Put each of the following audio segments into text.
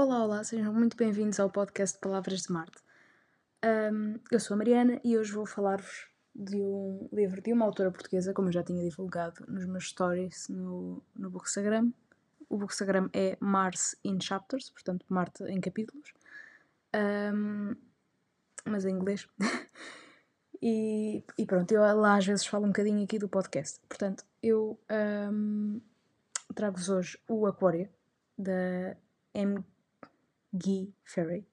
Olá, sejam muito bem-vindos ao podcast Palavras de Marte. Eu sou a Mariana e hoje vou falar-vos de um livro de uma autora portuguesa, como eu já tinha divulgado nos meus stories no Bookstagram. O Bookstagram é Mars in Chapters, portanto Marte em capítulos, mas em inglês. E pronto, eu lá às vezes falo um bocadinho aqui do podcast. Portanto, eu trago-vos hoje o Aquaria, da M. Guy Ferry.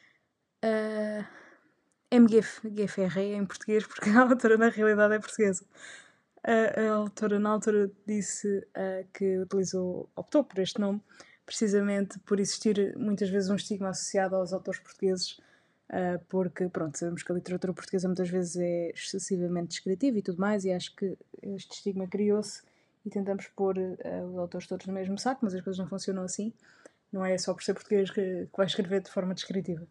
MG Ferrey em português, porque a autora na realidade é portuguesa. A autora na altura disse que optou por este nome precisamente por existir muitas vezes um estigma associado aos autores portugueses, porque, pronto, sabemos que a literatura portuguesa muitas vezes é excessivamente descritiva e tudo mais, e acho que este estigma criou-se e tentamos pôr os autores todos no mesmo saco, mas as coisas não funcionam assim. Não é só por ser português que vai escrever de forma descritiva.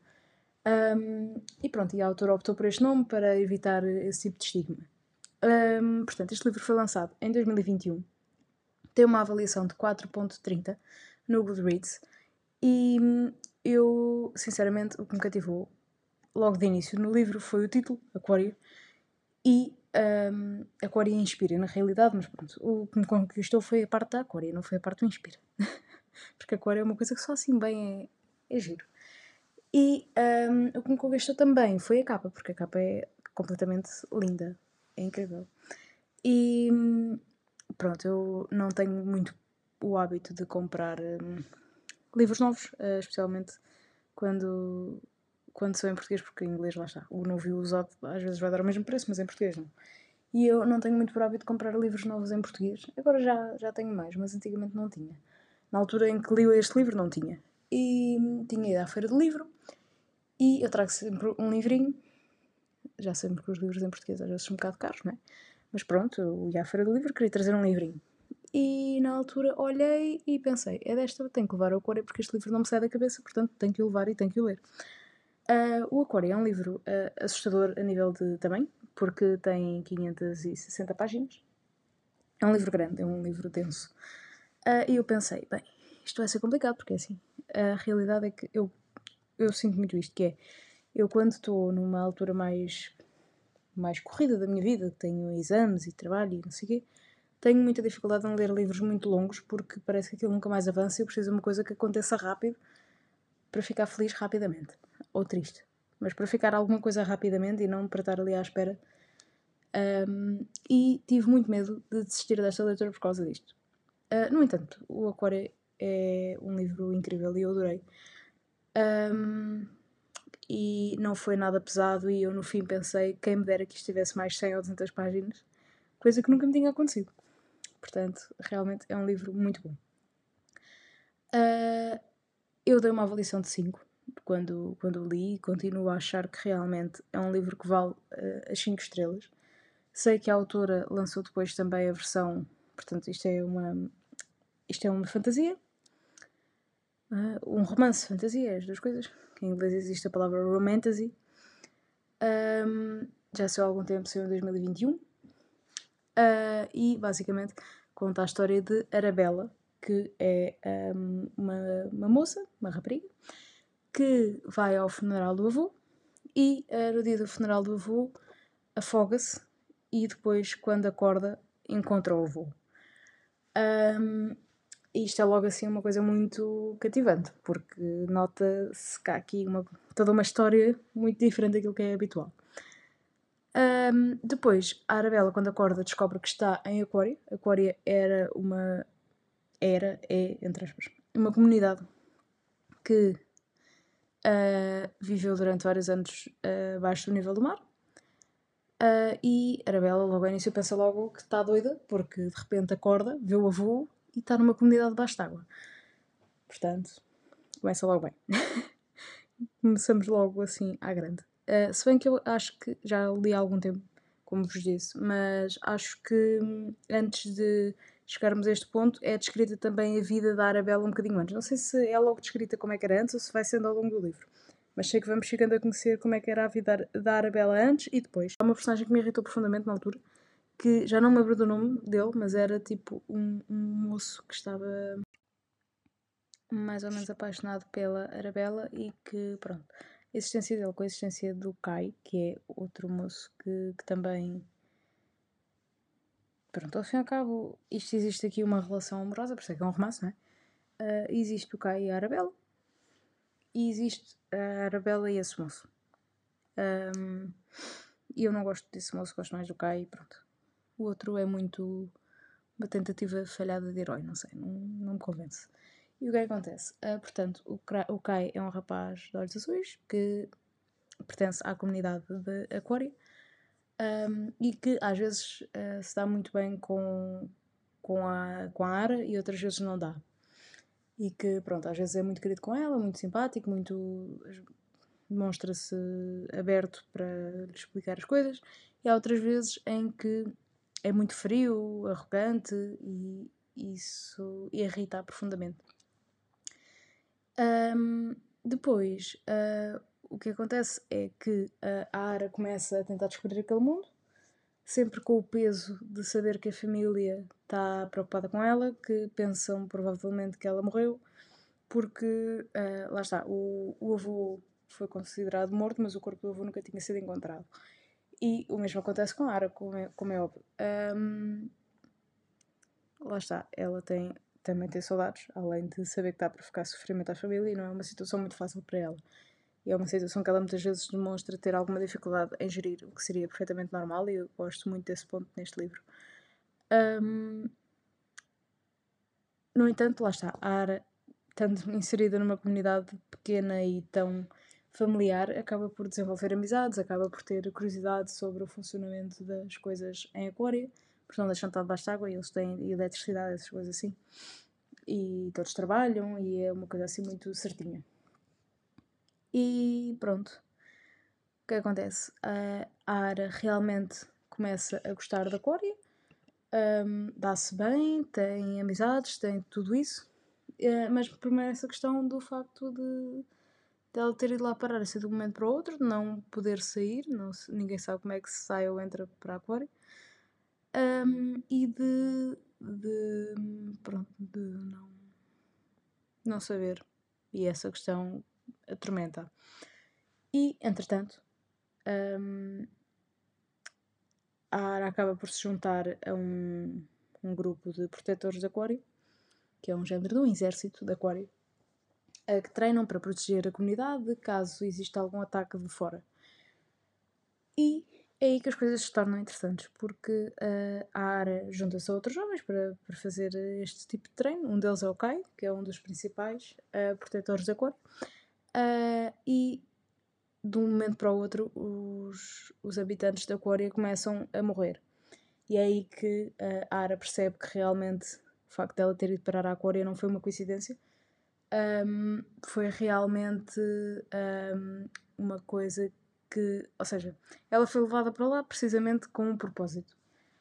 E pronto, e a autora optou por este nome para evitar esse tipo de estigma. Portanto, este livro foi lançado em 2021, tem uma avaliação de 4.30 no Goodreads e eu, sinceramente, o que me cativou logo de início no livro foi o título, Aquário, e Aquário inspira, na realidade, mas pronto, o que me conquistou foi a parte da Aquário, não foi a parte do inspira. Porque Aquário é uma coisa que só assim bem é giro. E o que me conquistou também foi a capa, porque a capa é completamente linda, é incrível. E pronto, eu não tenho muito o hábito de comprar livros novos, especialmente quando são em português, porque em inglês lá está. O novo e o usado às vezes vai dar o mesmo preço, mas em português não. E eu não tenho muito por hábito de comprar livros novos em português. Agora já tenho mais, mas antigamente não tinha. Na altura em que li este livro não tinha. E tinha ido à feira do livro e eu trago sempre um livrinho. Já sempre que os livros em português às vezes são um bocado caros, não é? Mas pronto, eu ia à feira do livro, queria trazer um livrinho. E na altura olhei e pensei, é desta, tenho que levar o Aquário porque este livro não me sai da cabeça, portanto tenho que o levar e tenho que o ler. O Aquário é um livro assustador a nível de tamanho, porque tem 560 páginas. É um livro grande, é um livro denso. E eu pensei, bem, isto vai ser complicado, porque assim, a realidade é que eu sinto muito isto, que é, eu quando estou numa altura mais corrida da minha vida, que tenho exames e trabalho e não sei o quê, tenho muita dificuldade em ler livros muito longos, porque parece que aquilo nunca mais avança e eu preciso de uma coisa que aconteça rápido para ficar feliz rapidamente. Ou triste. Mas para ficar alguma coisa rapidamente e não para estar ali à espera. E tive muito medo de desistir desta leitura por causa disto. No entanto, o Aquário é um livro incrível e eu adorei. E não foi nada pesado e eu no fim pensei, quem me dera que isto tivesse mais 100 ou 200 páginas, coisa que nunca me tinha acontecido. Portanto, realmente é um livro muito bom. Eu dei uma avaliação de 5 quando li e continuo a achar que realmente é um livro que vale as 5 estrelas. Sei que a autora lançou depois também a versão, portanto isto é uma fantasia, um romance fantasia, as duas coisas. Em inglês existe a palavra romantasy. Já saiu há algum tempo, saiu em 2021. E basicamente conta a história de Arabella, que é uma moça, uma rapariga, que vai ao funeral do avô e no dia do funeral do avô afoga-se e depois, quando acorda, encontra o avô. E isto é logo assim uma coisa muito cativante, porque nota-se que há aqui toda uma história muito diferente daquilo que é habitual. Depois, a Arabella, quando acorda, descobre que está em Aquário. Aquário é, entre aspas, uma comunidade que viveu durante vários anos abaixo do nível do mar. E Arabella, logo ao início, pensa logo que está doida, porque de repente acorda, vê o avô e está numa comunidade debaixo d'água. Portanto, começa logo bem. Começamos logo assim à grande. Se bem que eu acho que já li há algum tempo, como vos disse, mas acho que antes de chegarmos a este ponto é descrita também a vida da Arabella um bocadinho antes. Não sei se é logo descrita como é que era antes ou se vai sendo ao longo do livro, mas sei que vamos chegando a conhecer como é que era a vida da Arabella antes e depois. Há uma personagem que me irritou profundamente na altura, que já não me lembro do nome dele, mas era tipo um moço que estava... mais ou menos apaixonado pela Arabella e que, pronto, a existência dele com a existência do Kai, que é outro moço que também. Pronto, ao fim e ao cabo, isto existe aqui uma relação amorosa, por isso é que é um romance, não é? Existe o Kai e a Arabella, e existe a Arabella e esse moço. E eu não gosto desse moço, gosto mais do Kai, pronto. O outro é muito uma tentativa falhada de herói, não sei, não me convence. E o que é que acontece? Portanto, o Kai é um rapaz de olhos azuis que pertence à comunidade de Aquário e que às vezes se dá muito bem com a Ara e outras vezes não dá. E que, pronto, às vezes é muito querido com ela, muito simpático, muito demonstra-se aberto para lhe explicar as coisas, e há outras vezes em que é muito frio, arrogante e isso irrita profundamente. Depois, o que acontece é que a Ara começa a tentar descobrir aquele mundo, sempre com o peso de saber que a família está preocupada com ela, que pensam provavelmente que ela morreu, porque, lá está, o avô foi considerado morto, mas o corpo do avô nunca tinha sido encontrado. E o mesmo acontece com a Ara, como é óbvio. Lá está, ela também tem saudades, além de saber que está a provocar sofrimento à família, e não é uma situação muito fácil para ela. E é uma situação que ela muitas vezes demonstra ter alguma dificuldade em gerir, o que seria perfeitamente normal, e eu gosto muito desse ponto neste livro. No entanto, lá está, a Ara, estando inserida numa comunidade pequena e tão familiar, acaba por desenvolver amizades, acaba por ter curiosidade sobre o funcionamento das coisas em Aquária, porque não deixam estar debaixo de água e eles têm eletricidade, essas coisas assim. E todos trabalham e é uma coisa assim muito certinha. E pronto. O que acontece? A Ara realmente começa a gostar da Aquária, dá-se bem, tem amizades, tem tudo isso, mas primeiro essa questão do facto de ela ter ido lá parar assim de um momento para o outro, de não poder sair, ninguém sabe como é que se sai ou entra para a Aquário, e pronto, de não saber. E essa questão atormenta. E, entretanto, a Ara acaba por se juntar a um grupo de protetores de Aquário, que é um género de um exército de Aquário, que treinam para proteger a comunidade caso exista algum ataque de fora. E é aí que as coisas se tornam interessantes, porque a Ara junta-se a outros jovens para fazer este tipo de treino. Um deles é o Kai, que é um dos principais protetores de Aquário. E de um momento para o outro, os habitantes da Aquária começam a morrer. E é aí que a Ara percebe que realmente o facto dela ter ido parar à Aquária não foi uma coincidência. Foi realmente uma coisa que, ou seja, ela foi levada para lá precisamente com um propósito.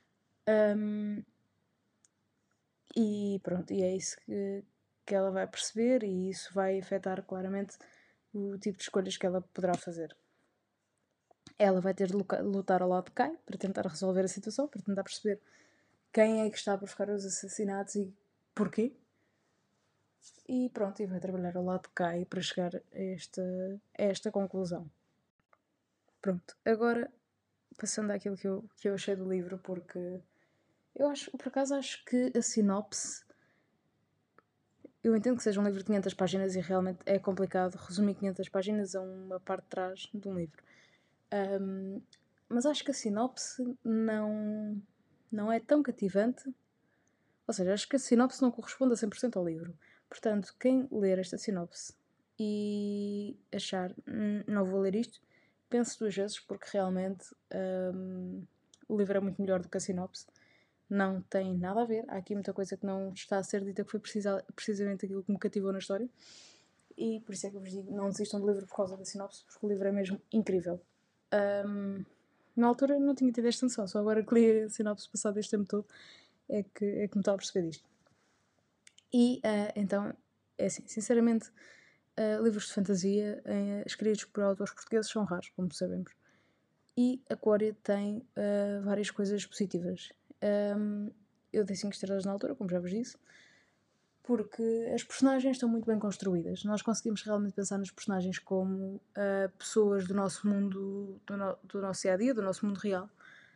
E pronto, e é isso que ela vai perceber, e isso vai afetar claramente o tipo de escolhas que ela poderá fazer. Ela vai ter de lutar ao lado de Kai para tentar resolver a situação, para tentar perceber quem é que está a provocar os assassinatos e porquê. E pronto, e vai trabalhar ao lado de Kai para chegar a esta conclusão. Pronto, agora passando àquilo que eu achei do livro, porque por acaso acho que a sinopse, eu entendo que seja um livro de 500 páginas e realmente é complicado resumir 500 páginas a uma parte de trás de um livro. Mas acho que a sinopse não é tão cativante. Ou seja, acho que a sinopse não corresponde a 100% ao livro. Portanto, quem ler esta sinopse e achar não vou ler isto, pense duas vezes, porque realmente o livro é muito melhor do que a sinopse. Não tem nada a ver. Há aqui muita coisa que não está a ser dita, que foi precisamente aquilo que me cativou na história. E por isso é que eu vos digo, não desistam do livro por causa da sinopse, porque o livro é mesmo incrível. Na altura não tinha tido esta noção, só agora que li a sinopse passado este tempo todo é que me estava a perceber disto. E então, é assim, sinceramente, livros de fantasia escritos por autores portugueses são raros, como sabemos. E Aquária tem várias coisas positivas. Eu dei 5 estrelas na altura, como já vos disse. porque as personagens estão muito bem construídas. Nós conseguimos realmente pensar nas personagens como pessoas do nosso mundo, do nosso dia-a-dia, do nosso mundo real.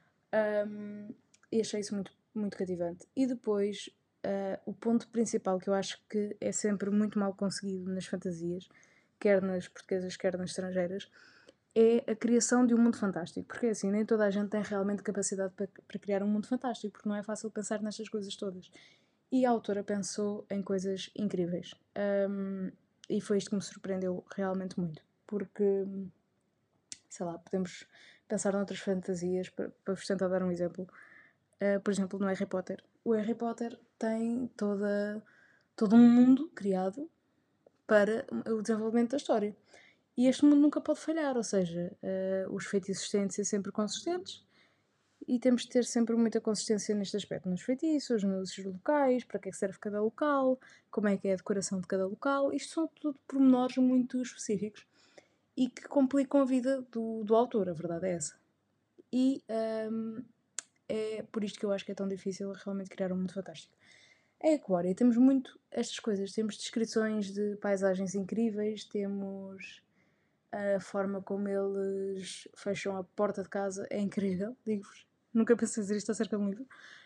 E achei isso muito, muito cativante. E depois, o ponto principal que eu acho que é sempre muito mal conseguido nas fantasias, quer nas portuguesas, quer nas estrangeiras, é a criação de um mundo fantástico. Porque assim, nem toda a gente tem realmente capacidade para criar um mundo fantástico, porque não é fácil pensar nestas coisas todas. E a autora pensou em coisas incríveis. E foi isto que me surpreendeu realmente muito. Porque, sei lá, podemos pensar noutras fantasias, para vos tentar dar um exemplo. Por exemplo, no Harry Potter. O Harry Potter tem todo um mundo criado para o desenvolvimento da história. E este mundo nunca pode falhar, ou seja, os feitiços têm de ser sempre consistentes e temos de ter sempre muita consistência neste aspecto, nos feitiços, nos locais, para que é que serve cada local, como é que é a decoração de cada local. Isto são tudo pormenores muito específicos e que complicam a vida do autor, a verdade é essa. E é por isto que eu acho que é tão difícil realmente criar um mundo fantástico. É Aquário, temos muito estas coisas, temos descrições de paisagens incríveis, temos a forma como eles fecham a porta de casa, é incrível, digo-vos. Nunca pensei dizer isto acerca de um livro.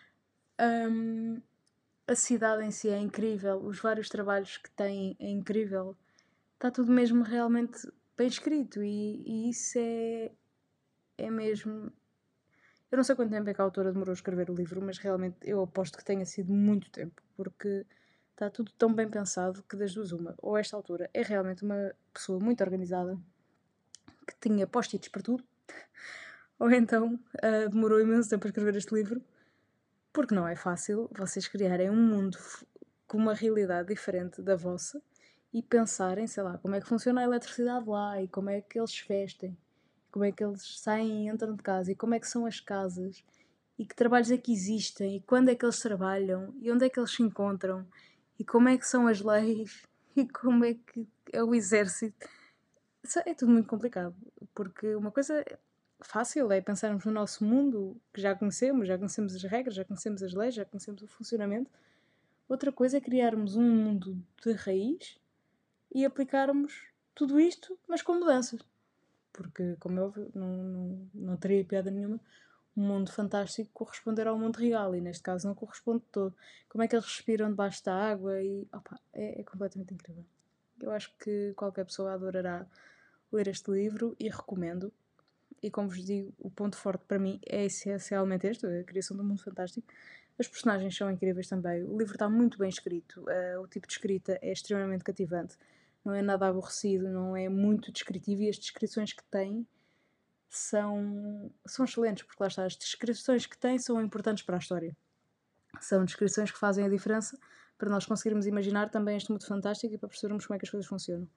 A cidade em si é incrível, os vários trabalhos que têm é incrível. Está tudo mesmo realmente bem escrito e isso é mesmo. Eu não sei quanto tempo é que a autora demorou a escrever o livro, mas realmente eu aposto que tenha sido muito tempo, porque está tudo tão bem pensado que das duas uma. Ou esta autora é realmente uma pessoa muito organizada, que tinha post-its para tudo, ou então demorou imenso tempo a escrever este livro, porque não é fácil vocês criarem um mundo com uma realidade diferente da vossa e pensarem, sei lá, como é que funciona a eletricidade lá e como é que eles se vestem, como é que eles saem e entram de casa e como é que são as casas e que trabalhos é que existem e quando é que eles trabalham e onde é que eles se encontram e como é que são as leis e como é que é o exército. Isso é tudo muito complicado, porque uma coisa fácil é pensarmos no nosso mundo que já conhecemos as regras, já conhecemos as leis, já conhecemos o funcionamento. Outra coisa é criarmos um mundo de raiz e aplicarmos tudo isto, mas com mudanças. Porque, como é óbvio, não teria piada nenhuma um mundo fantástico corresponder ao mundo real e neste caso não corresponde todo. Como é que eles respiram debaixo da água e opa, é completamente incrível. Eu acho que qualquer pessoa adorará ler este livro e recomendo. E como vos digo, o ponto forte para mim é essencialmente este, a criação do mundo fantástico. As personagens são incríveis também. O livro está muito bem escrito. O tipo de escrita é extremamente cativante. Não é nada aborrecido, não é muito descritivo e as descrições que tem são excelentes, porque lá está, as descrições que tem são importantes para a história. São descrições que fazem a diferença para nós conseguirmos imaginar também este mundo fantástico e para percebermos como é que as coisas funcionam.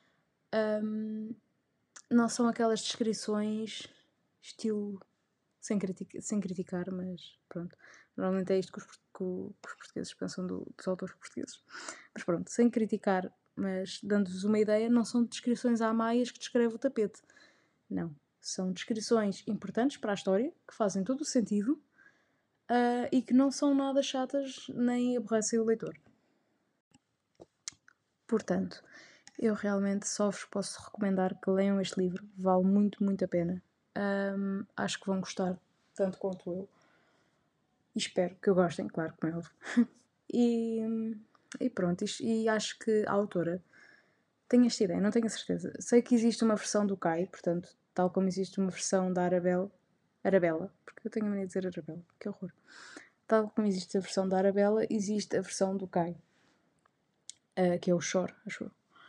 Não são aquelas descrições estilo sem criticar, mas pronto. Normalmente é isto que os portugueses pensam dos autores portugueses. Mas pronto, sem criticar, mas dando-vos uma ideia, não são descrições amaias que descreve o tapete. Não. São descrições importantes para a história, que fazem todo o sentido e que não são nada chatas nem aborrecem o leitor. Portanto, eu realmente só vos posso recomendar que leiam este livro, vale muito, muito a pena. Acho que vão gostar tanto quanto eu. E espero que gostem, claro, como é óbvio. e pronto, e acho que a autora tem esta ideia, não tenho a certeza. Sei que existe uma versão do Kai, portanto, tal como existe uma versão da Arabella, porque eu tenho a mania de dizer Arabella, que horror. Tal como existe a versão da Arabella, existe a versão do Kai, que é o Shor, acho eu.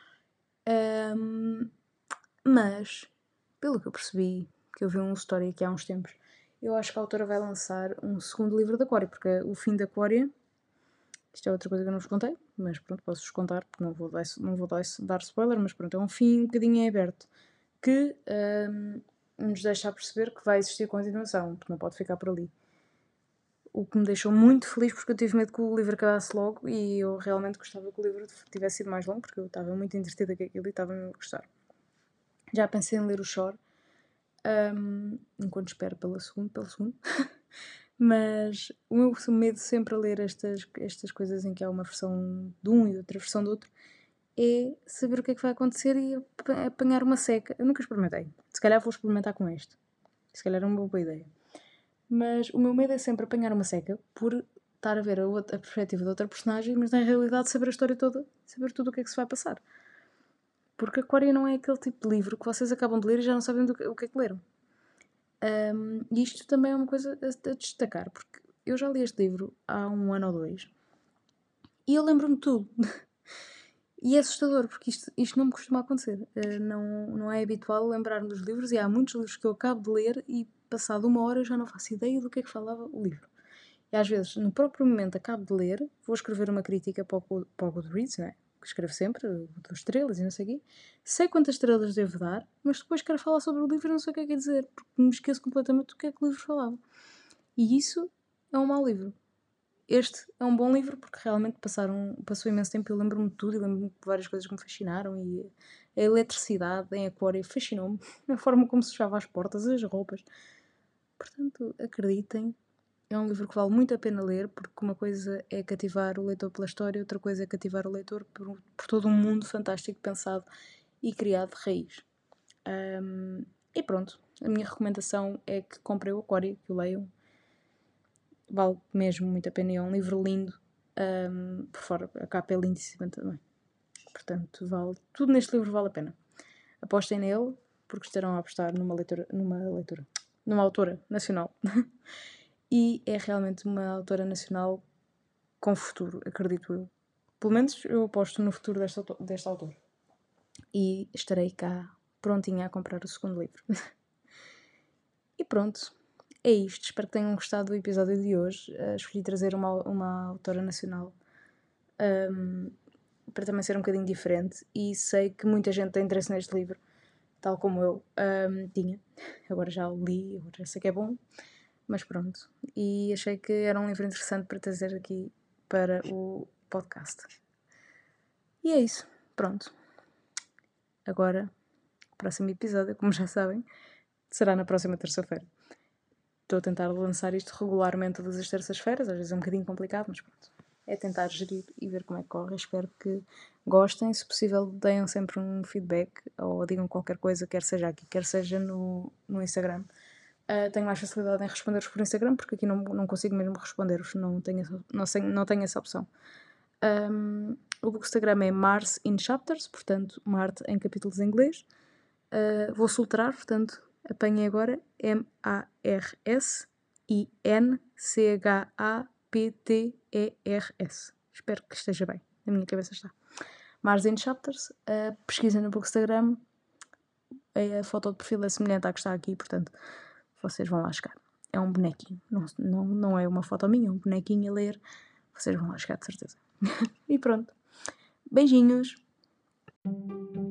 Mas, pelo que eu percebi, que eu vi um story aqui há uns tempos, eu acho que a autora vai lançar um segundo livro da Aquária, porque o fim da Aquária, isto é outra coisa que eu não vos contei, mas pronto, posso-vos contar, porque não vou dar spoiler, mas pronto, é um fim um bocadinho em aberto, que nos deixa a perceber que vai existir continuação, que não pode ficar por ali. O que me deixou muito feliz, porque eu tive medo que o livro acabasse logo e eu realmente gostava que o livro tivesse sido mais longo, porque eu estava muito entretida com aquilo e estava a gostar. Já pensei em ler o Shore, enquanto espero pelo segundo. Mas o meu medo sempre a ler estas coisas em que há uma versão de um e outra versão do outro é saber o que é que vai acontecer e apanhar uma seca. Eu nunca experimentei. Se calhar vou experimentar com este. Se calhar é uma boa ideia. Mas o meu medo é sempre apanhar uma seca por estar a ver a perspectiva de outra personagem, mas na realidade saber a história toda, saber tudo o que é que se vai passar. Porque Aquária não é aquele tipo de livro que vocês acabam de ler e já não sabem o que é que leram. E isto também é uma coisa a destacar, porque eu já li este livro há 1 ano ou 2 e eu lembro-me de tudo. E é assustador, porque isto não me costuma acontecer. Não é habitual lembrar-me dos livros e há muitos livros que eu acabo de ler e passado 1 hora eu já não faço ideia do que é que falava o livro. E às vezes, no próprio momento, acabo de ler, vou escrever uma crítica para o Goodreads, não é? Que escrevo sempre, 2 estrelas e não sei o quê. Sei quantas estrelas devo dar, mas depois quero falar sobre o livro e não sei o que é que é dizer, porque me esqueço completamente do que é que o livro falava. E isso é um mau livro. Este é um bom livro porque realmente passou imenso tempo e eu lembro-me de tudo e lembro-me de várias coisas que me fascinaram e a eletricidade em Aquário fascinou-me, a forma como se fechava as portas, as roupas. Portanto, acreditem, é um livro que vale muito a pena ler, porque uma coisa é cativar o leitor pela história, outra coisa é cativar o leitor por todo um mundo fantástico pensado e criado de raiz. E pronto, a minha recomendação é que comprem o Aquário, que o leiam. Vale mesmo muito a pena, é um livro lindo. Por fora, a capa é lindíssima também. Portanto, tudo neste livro vale a pena. Apostem nele, porque estarão a apostar numa autora nacional. E é realmente uma autora nacional com futuro, acredito eu. Pelo menos eu aposto no futuro desta autora. E estarei cá prontinha a comprar o segundo livro. E pronto, é isto. Espero que tenham gostado do episódio de hoje. Escolhi trazer uma autora nacional para também ser um bocadinho diferente. E sei que muita gente tem interesse neste livro, tal como eu tinha. Agora já o li, agora já sei que é bom. Mas pronto. E achei que era um livro interessante para trazer aqui para o podcast. E é isso. Pronto. Agora, o próximo episódio, como já sabem, será na próxima terça-feira. Estou a tentar lançar isto regularmente todas as terças-feiras, às vezes é um bocadinho complicado, mas pronto. É tentar gerir e ver como é que corre. Espero que gostem. Se possível, deem sempre um feedback ou digam qualquer coisa, quer seja aqui, quer seja no Instagram. Tenho mais facilidade em responder-vos por Instagram, porque aqui não consigo mesmo responder-vos, não tenho essa opção. O Bookstagram é Mars in Chapters, portanto, Marte em capítulos em inglês. Vou soltar, portanto, apanhem agora MarsInChapters. Espero que esteja bem, na minha cabeça está. Mars in Chapters, pesquisem no Bookstagram, a foto de perfil é semelhante à que está aqui, portanto, vocês vão lá chegar. É um bonequinho, não é uma foto minha, é um bonequinho a ler. Vocês vão lá chegar, de certeza. E pronto. Beijinhos!